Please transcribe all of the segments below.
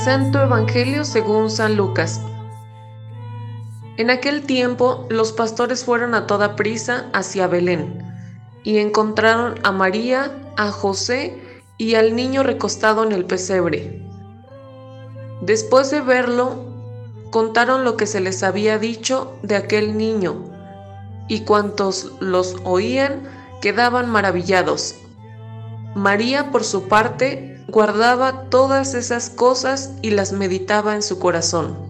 Santo Evangelio según San Lucas. En aquel tiempo los pastores fueron a toda prisa hacia Belén y encontraron a María, a José y al niño recostado en el pesebre. Después de verlo, contaron lo que se les había dicho de aquel niño, y cuantos los oían quedaban maravillados. María, por su parte, guardaba todas esas cosas y las meditaba en su corazón.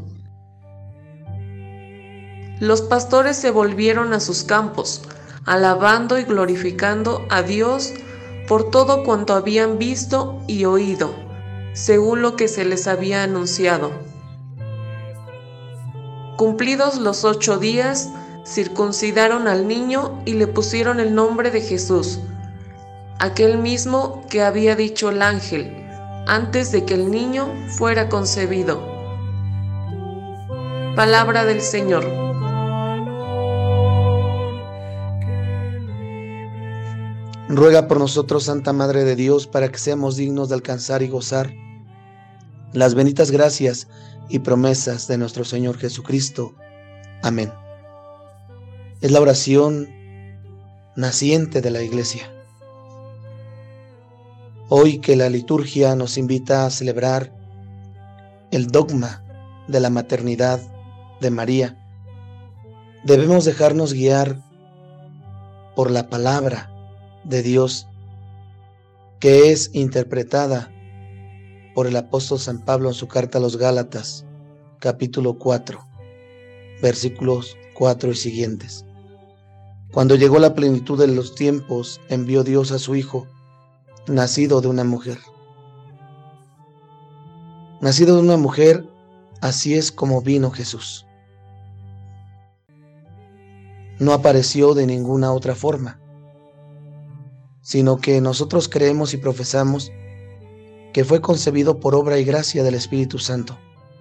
Los pastores se volvieron a sus campos, alabando y glorificando a Dios por todo cuanto habían visto y oído, según lo que se les había anunciado. Cumplidos los 8 días, circuncidaron al niño y le pusieron el nombre de Jesús, aquel mismo que había dicho el ángel, antes de que el niño fuera concebido. Palabra del Señor. Ruega por nosotros, Santa Madre de Dios, para que seamos dignos de alcanzar y gozar las benditas gracias y promesas de nuestro Señor Jesucristo. Amén. Es la oración naciente de la Iglesia. Hoy que la liturgia nos invita a celebrar el dogma de la maternidad de María, debemos dejarnos guiar por la palabra de Dios, que es interpretada por el apóstol San Pablo en su carta a los Gálatas, capítulo 4, versículos 4 y siguientes. Cuando llegó la plenitud de los tiempos, envió Dios a su Hijo, nacido de una mujer. Nacido de una mujer, así es como vino Jesús. No apareció de ninguna otra forma, sino que nosotros creemos y profesamos que fue concebido por obra y gracia del Espíritu Santo.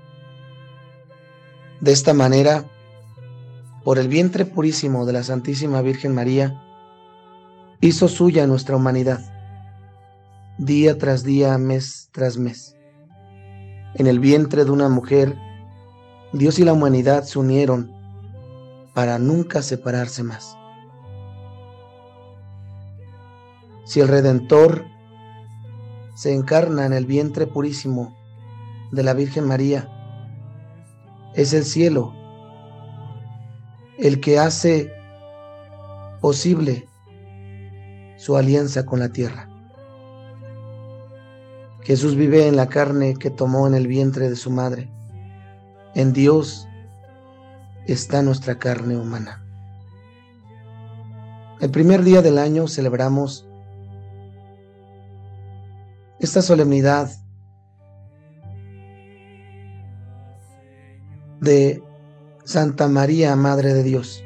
De esta manera, por el vientre purísimo de la Santísima Virgen María, hizo suya nuestra humanidad, día tras día, mes tras mes. En el vientre de una mujer, Dios y la humanidad se unieron para nunca separarse más. Si el Redentor se encarna en el vientre purísimo de la Virgen María, es el cielo el que hace posible su alianza con la tierra. Jesús vive en la carne que tomó en el vientre de su madre. En Dios está nuestra carne humana. El primer día del año celebramos esta solemnidad de Santa María, Madre de Dios.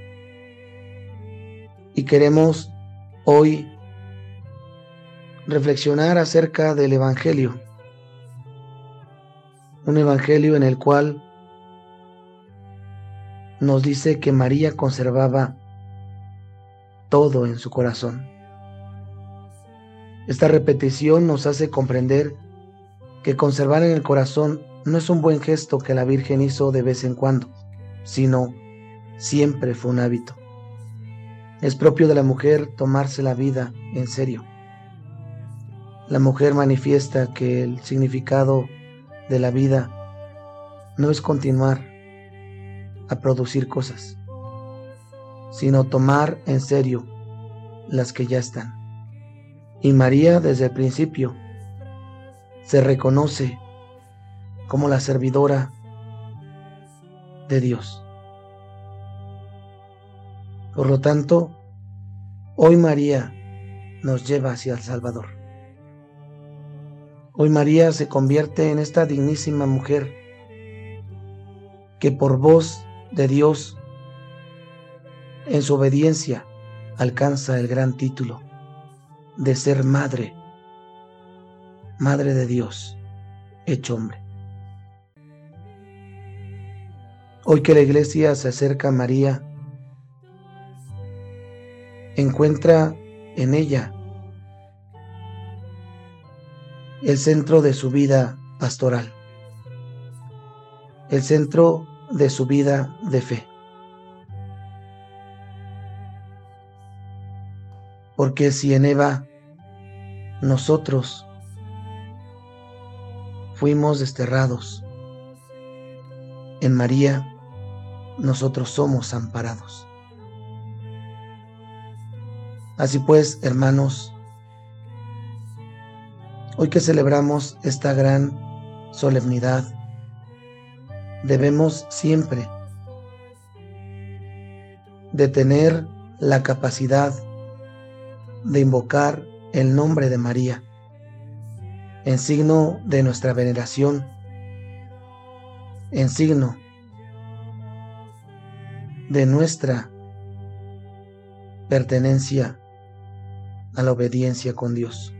Y queremos hoy reflexionar acerca del Evangelio. Un Evangelio en el cual nos dice que María conservaba todo en su corazón. Esta repetición nos hace comprender que conservar en el corazón no es un buen gesto que la Virgen hizo de vez en cuando, sino siempre fue un hábito. Es propio de la mujer tomarse la vida en serio. La mujer manifiesta que el significado de la vida no es continuar a producir cosas, sino tomar en serio las que ya están. Y María, desde el principio, se reconoce como la servidora de Dios. Por lo tanto, hoy María nos lleva hacia el Salvador. Hoy María se convierte en esta dignísima mujer que por voz de Dios, en su obediencia, alcanza el gran título de ser madre, madre de Dios, hecho hombre. Hoy que la Iglesia se acerca a María, encuentra en ella el centro de su vida pastoral. el centro de su vida de fe. Porque si en Eva nosotros fuimos desterrados, en María nosotros somos amparados. Así pues, hermanos, hoy que celebramos esta gran solemnidad, debemos siempre de tener la capacidad de invocar el nombre de María en signo de nuestra veneración, en signo de nuestra pertenencia a la obediencia con Dios.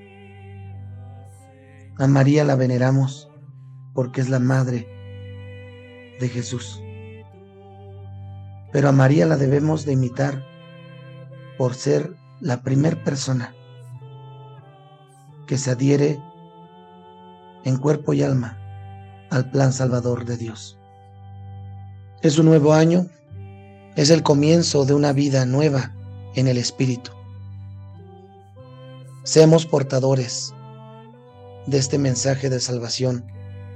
A María la veneramos porque es la madre de Jesús. Pero a María la debemos de imitar por ser la primer persona que se adhiere en cuerpo y alma al plan salvador de Dios. Es un nuevo año, es el comienzo de una vida nueva en el Espíritu. Seamos portadores de este mensaje de salvación.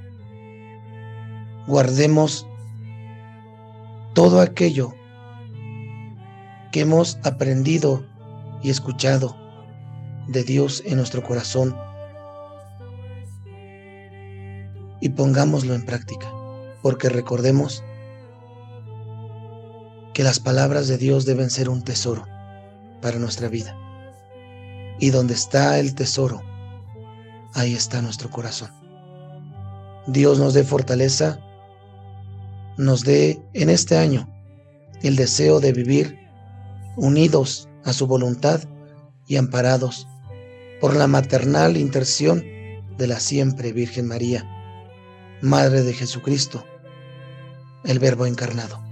Guardemos todo aquello que hemos aprendido y escuchado de Dios en nuestro corazón y pongámoslo en práctica, porque recordemos que las palabras de Dios deben ser un tesoro para nuestra vida, y donde está el tesoro, ahí está nuestro corazón. Dios nos dé fortaleza, nos dé en este año el deseo de vivir unidos a su voluntad y amparados por la maternal intercesión de la siempre Virgen María, Madre de Jesucristo, el Verbo encarnado.